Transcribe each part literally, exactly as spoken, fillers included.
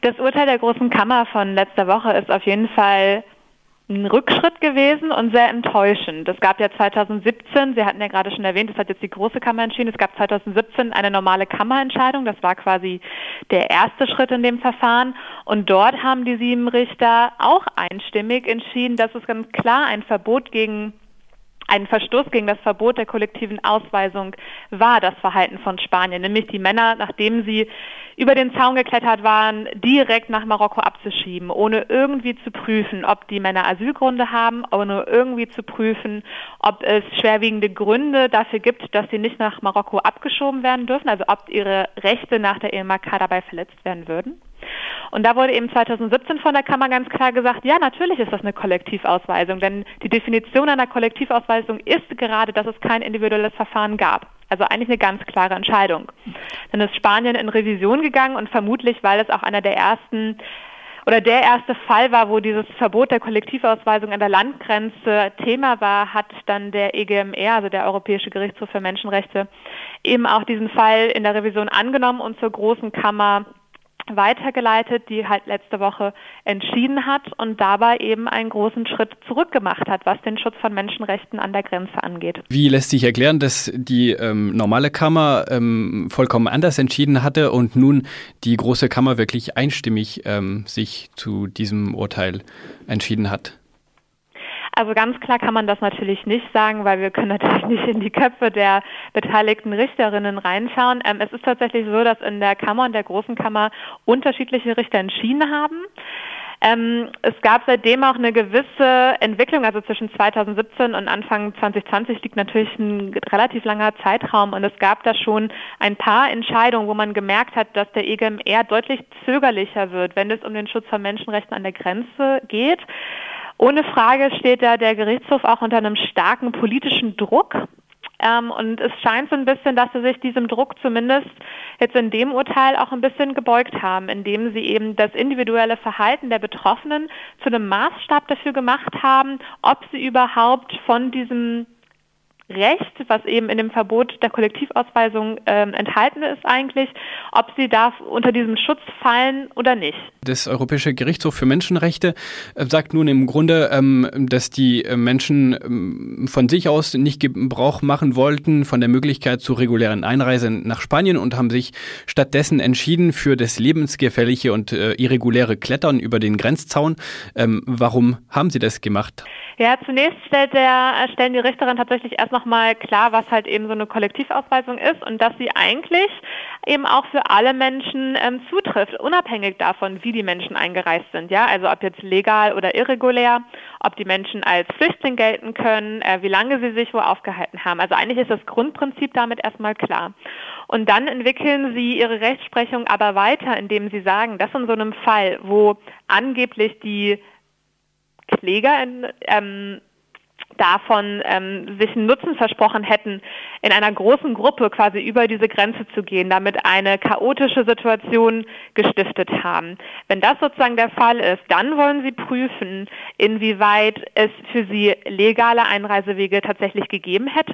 Das Urteil der Großen Kammer von letzter Woche ist auf jeden Fall ein Rückschritt gewesen und sehr enttäuschend. Es gab ja zweitausendsiebzehn, Sie hatten ja gerade schon erwähnt, das hat jetzt die Große Kammer entschieden, es gab zweitausendsiebzehn eine normale Kammerentscheidung, das war quasi der erste Schritt in dem Verfahren und dort haben die sieben Richter auch einstimmig entschieden, dass es ganz klar ein Verbot gegen Ein Verstoß gegen das Verbot der kollektiven Ausweisung war das Verhalten von Spanien, nämlich die Männer, nachdem sie über den Zaun geklettert waren, direkt nach Marokko abzuschieben, ohne irgendwie zu prüfen, ob die Männer Asylgründe haben, ohne irgendwie zu prüfen, ob es schwerwiegende Gründe dafür gibt, dass sie nicht nach Marokko abgeschoben werden dürfen, also ob ihre Rechte nach der E M A K dabei verletzt werden würden. Und da wurde eben zweitausendsiebzehn von der Kammer ganz klar gesagt, ja, natürlich ist das eine Kollektivausweisung, denn die Definition einer Kollektivausweisung ist gerade, dass es kein individuelles Verfahren gab. Also eigentlich eine ganz klare Entscheidung. Dann ist Spanien in Revision gegangen und vermutlich, weil es auch einer der ersten oder der erste Fall war, wo dieses Verbot der Kollektivausweisung an der Landgrenze Thema war, hat dann der E G M R, also der Europäische Gerichtshof für Menschenrechte, eben auch diesen Fall in der Revision angenommen und zur Großen Kammer weitergeleitet, die halt letzte Woche entschieden hat und dabei eben einen großen Schritt zurück gemacht hat, was den Schutz von Menschenrechten an der Grenze angeht. Wie lässt sich erklären, dass die ähm, normale Kammer ähm, vollkommen anders entschieden hatte und nun die Große Kammer wirklich einstimmig ähm, sich zu diesem Urteil entschieden hat? Also ganz klar kann man das natürlich nicht sagen, weil wir können natürlich nicht in die Köpfe der beteiligten Richterinnen reinschauen. Ähm, es ist tatsächlich so, dass in der Kammer und der Großen Kammer unterschiedliche Richter entschieden haben. Ähm, es gab seitdem auch eine gewisse Entwicklung, also zwischen zweitausendsiebzehn und Anfang zwanzig zwanzig liegt natürlich ein relativ langer Zeitraum und es gab da schon ein paar Entscheidungen, wo man gemerkt hat, dass der E G M R deutlich zögerlicher wird, wenn es um den Schutz von Menschenrechten an der Grenze geht. Ohne Frage steht da der Gerichtshof auch unter einem starken politischen Druck. Ähm, und es scheint so ein bisschen, dass sie sich diesem Druck zumindest jetzt in dem Urteil auch ein bisschen gebeugt haben, indem sie eben das individuelle Verhalten der Betroffenen zu einem Maßstab dafür gemacht haben, ob sie überhaupt von diesem Recht, was eben in dem Verbot der Kollektivausweisung ähm, enthalten ist eigentlich, ob sie da unter diesem Schutz fallen oder nicht. Das Europäische Gerichtshof für Menschenrechte äh, sagt nun im Grunde, ähm, dass die äh, Menschen ähm, von sich aus nicht Gebrauch machen wollten von der Möglichkeit zur regulären Einreise nach Spanien und haben sich stattdessen entschieden für das lebensgefährliche und äh, irreguläre Klettern über den Grenzzaun. Ähm, warum haben sie das gemacht? Ja, zunächst stellt der, stellen die Richterin tatsächlich erst noch mal klar, was halt eben so eine Kollektivausweisung ist und dass sie eigentlich eben auch für alle Menschen ähm, zutrifft, unabhängig davon, wie die Menschen eingereist sind. Ja, also ob jetzt legal oder irregulär, ob die Menschen als Flüchtling gelten können, äh, wie lange sie sich wo aufgehalten haben. Also eigentlich ist das Grundprinzip damit erstmal klar. Und dann entwickeln sie ihre Rechtsprechung aber weiter, indem sie sagen, dass in so einem Fall, wo angeblich die Kläger ähm, davon ähm, sich einen Nutzen versprochen hätten, in einer großen Gruppe quasi über diese Grenze zu gehen, damit eine chaotische Situation gestiftet haben. Wenn das sozusagen der Fall ist, dann wollen sie prüfen, inwieweit es für sie legale Einreisewege tatsächlich gegeben hätte.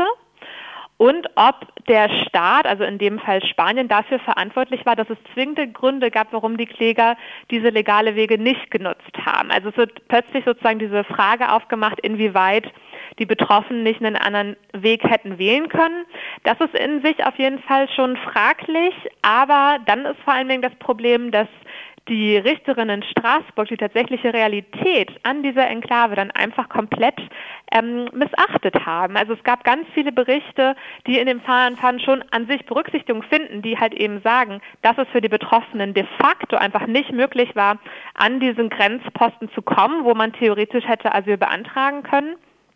Und ob der Staat, also in dem Fall Spanien, dafür verantwortlich war, dass es zwingende Gründe gab, warum die Kläger diese legale Wege nicht genutzt haben. Also es wird plötzlich sozusagen diese Frage aufgemacht, inwieweit die Betroffenen nicht einen anderen Weg hätten wählen können. Das ist in sich auf jeden Fall schon fraglich, aber dann ist vor allen Dingen das Problem, dass die Richterin in Straßburg die tatsächliche Realität an dieser Enklave dann einfach komplett ähm, missachtet haben. Also es gab ganz viele Berichte, die in dem Verfahren schon an sich Berücksichtigung finden, die halt eben sagen, dass es für die Betroffenen de facto einfach nicht möglich war, an diesen Grenzposten zu kommen, wo man theoretisch hätte Asyl beantragen können.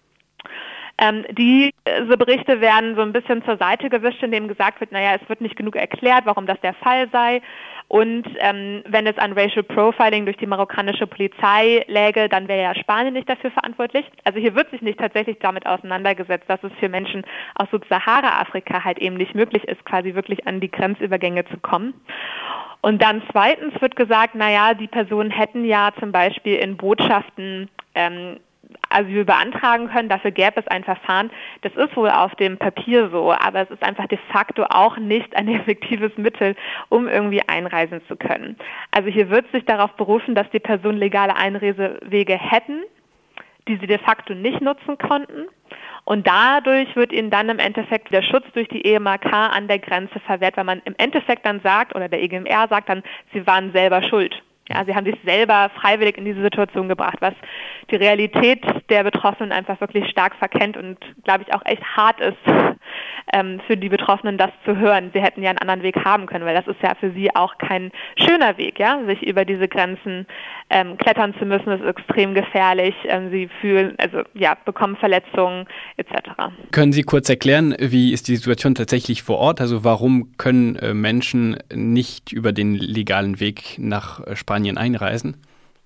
Ähm, diese Berichte werden so ein bisschen zur Seite gewischt, indem gesagt wird, naja, es wird nicht genug erklärt, warum das der Fall sei. Und ähm, wenn es an Racial Profiling durch die marokkanische Polizei läge, dann wäre ja Spanien nicht dafür verantwortlich. Also hier wird sich nicht tatsächlich damit auseinandergesetzt, dass es für Menschen aus Subsahara-Afrika halt eben nicht möglich ist, quasi wirklich an die Grenzübergänge zu kommen. Und dann zweitens wird gesagt, naja, die Personen hätten ja zum Beispiel in Botschaften ähm, Asyl beantragen können. Dafür gäbe es ein Verfahren. Das ist wohl auf dem Papier so, aber es ist einfach de facto auch nicht ein effektives Mittel, um irgendwie einreisen zu können. Also hier wird sich darauf berufen, dass die Personen legale Einreisewege hätten, die sie de facto nicht nutzen konnten. Und dadurch wird ihnen dann im Endeffekt der Schutz durch die E M A K an der Grenze verwehrt, weil man im Endeffekt dann sagt, oder der E G M R sagt dann, sie waren selber schuld. Ja, sie haben sich selber freiwillig in diese Situation gebracht, was die Realität der Betroffenen einfach wirklich stark verkennt und, glaube ich, auch echt hart ist ähm, für die Betroffenen, das zu hören. Sie hätten ja einen anderen Weg haben können, weil das ist ja für sie auch kein schöner Weg, ja, sich über diese Grenzen ähm, klettern zu müssen. Das ist extrem gefährlich. Ähm, sie fühlen, also ja, bekommen Verletzungen et cetera. Können Sie kurz erklären, wie ist die Situation tatsächlich vor Ort? Also warum können äh, Menschen nicht über den legalen Weg nach äh, Spanien einreisen?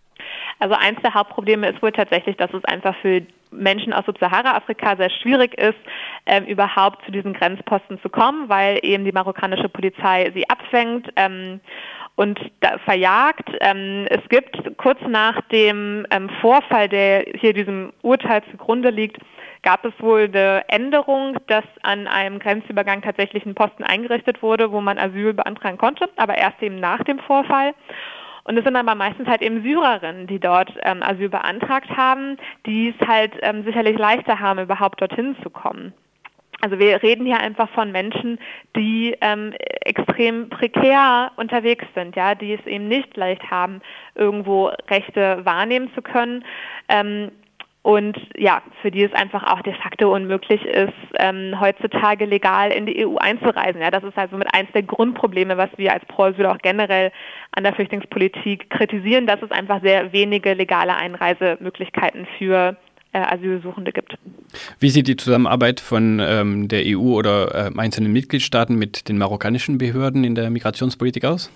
Also eins der Hauptprobleme ist wohl tatsächlich, dass es einfach für Menschen aus Subsahara-Afrika sehr schwierig ist, ähm, überhaupt zu diesen Grenzposten zu kommen, weil eben die marokkanische Polizei sie abfängt ähm, und da verjagt. Ähm, es gibt kurz nach dem ähm, Vorfall, der hier diesem Urteil zugrunde liegt, gab es wohl eine Änderung, dass an einem Grenzübergang tatsächlich ein Posten eingerichtet wurde, wo man Asyl beantragen konnte, aber erst eben nach dem Vorfall. Und es sind aber meistens halt eben Syrerinnen, die dort ähm, Asyl beantragt haben, die es halt ähm, sicherlich leichter haben, überhaupt dorthin zu kommen. Also wir reden hier einfach von Menschen, die ähm, extrem prekär unterwegs sind, ja, die es eben nicht leicht haben, irgendwo Rechte wahrnehmen zu können. Ähm, Und ja, für die es einfach auch de facto unmöglich ist, ähm, heutzutage legal in die E U einzureisen. Ja, das ist also mit eins der Grundprobleme, was wir als Pro Asyl auch generell an der Flüchtlingspolitik kritisieren, dass es einfach sehr wenige legale Einreisemöglichkeiten für äh, Asylsuchende gibt. Wie sieht die Zusammenarbeit von ähm, der E U oder äh, einzelnen Mitgliedstaaten mit den marokkanischen Behörden in der Migrationspolitik aus?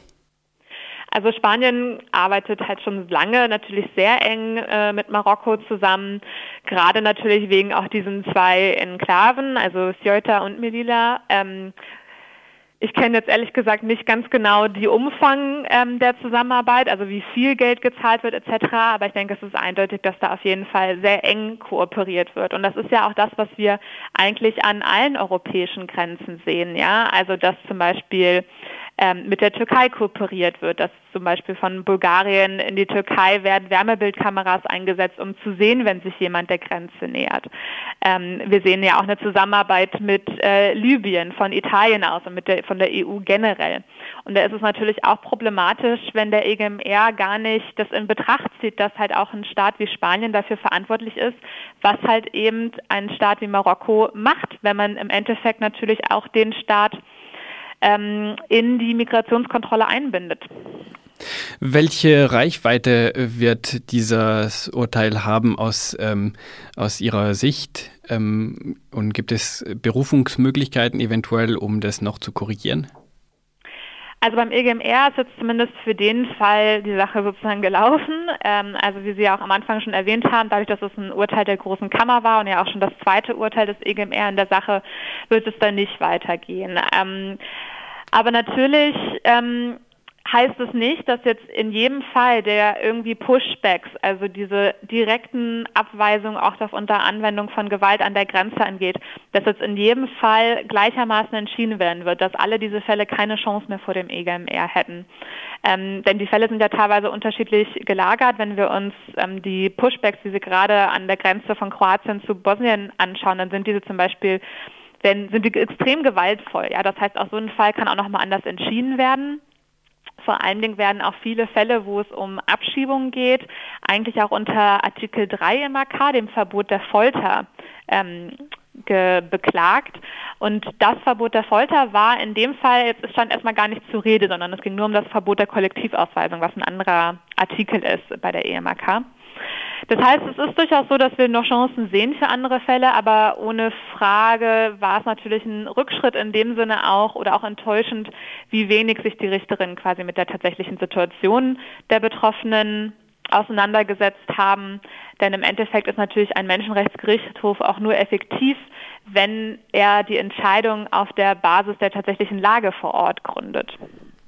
Also Spanien arbeitet halt schon lange natürlich sehr eng äh, mit Marokko zusammen, gerade natürlich wegen auch diesen zwei Enklaven, also Ceuta und Melilla. Ähm, ich kenne jetzt ehrlich gesagt nicht ganz genau die Umfang ähm, der Zusammenarbeit, also wie viel Geld gezahlt wird et cetera, aber ich denke, es ist eindeutig, dass da auf jeden Fall sehr eng kooperiert wird. Und das ist ja auch das, was wir eigentlich an allen europäischen Grenzen sehen, ja, also dass zum Beispiel mit der Türkei kooperiert wird, dass zum Beispiel von Bulgarien in die Türkei werden Wärmebildkameras eingesetzt, um zu sehen, wenn sich jemand der Grenze nähert. Ähm, wir sehen ja auch eine Zusammenarbeit mit äh, Libyen von Italien aus und mit der, von der E U generell. Und da ist es natürlich auch problematisch, wenn der E G M R gar nicht das in Betracht zieht, dass halt auch ein Staat wie Spanien dafür verantwortlich ist, was halt eben ein Staat wie Marokko macht, wenn man im Endeffekt natürlich auch den Staat in die Migrationskontrolle einbindet. Welche Reichweite wird dieses Urteil haben aus, ähm, aus Ihrer Sicht? Ähm, und gibt es Berufungsmöglichkeiten eventuell, um das noch zu korrigieren? Also beim E G M R ist jetzt zumindest für den Fall die Sache sozusagen gelaufen. Ähm, also wie Sie ja auch am Anfang schon erwähnt haben, dadurch, dass es ein Urteil der Großen Kammer war und ja auch schon das zweite Urteil des E G M R in der Sache, wird es dann nicht weitergehen. Ähm, aber natürlich ähm, heißt es nicht, dass jetzt in jedem Fall der irgendwie Pushbacks, also diese direkten Abweisungen auch auf unter Anwendung von Gewalt an der Grenze angeht, dass jetzt in jedem Fall gleichermaßen entschieden werden wird, dass alle diese Fälle keine Chance mehr vor dem E G M R hätten. Ähm, denn die Fälle sind ja teilweise unterschiedlich gelagert. Wenn wir uns ähm, die Pushbacks, die sie gerade an der Grenze von Kroatien zu Bosnien anschauen, dann sind diese zum Beispiel wenn, sind die extrem gewaltvoll. Ja, das heißt, auch so ein Fall kann auch nochmal anders entschieden werden. Vor allen Dingen werden auch viele Fälle, wo es um Abschiebungen geht, eigentlich auch unter Artikel drei im A K, dem Verbot der Folter, ähm, ge- beklagt. Und das Verbot der Folter war in dem Fall, jetzt stand erstmal gar nicht zur Rede, sondern es ging nur um das Verbot der Kollektivausweisung, was ein anderer Artikel ist bei der E M A K. Das heißt, es ist durchaus so, dass wir noch Chancen sehen für andere Fälle, aber ohne Frage war es natürlich ein Rückschritt in dem Sinne auch oder auch enttäuschend, wie wenig sich die Richterinnen quasi mit der tatsächlichen Situation der Betroffenen auseinandergesetzt haben. Denn im Endeffekt ist natürlich ein Menschenrechtsgerichtshof auch nur effektiv, wenn er die Entscheidung auf der Basis der tatsächlichen Lage vor Ort gründet.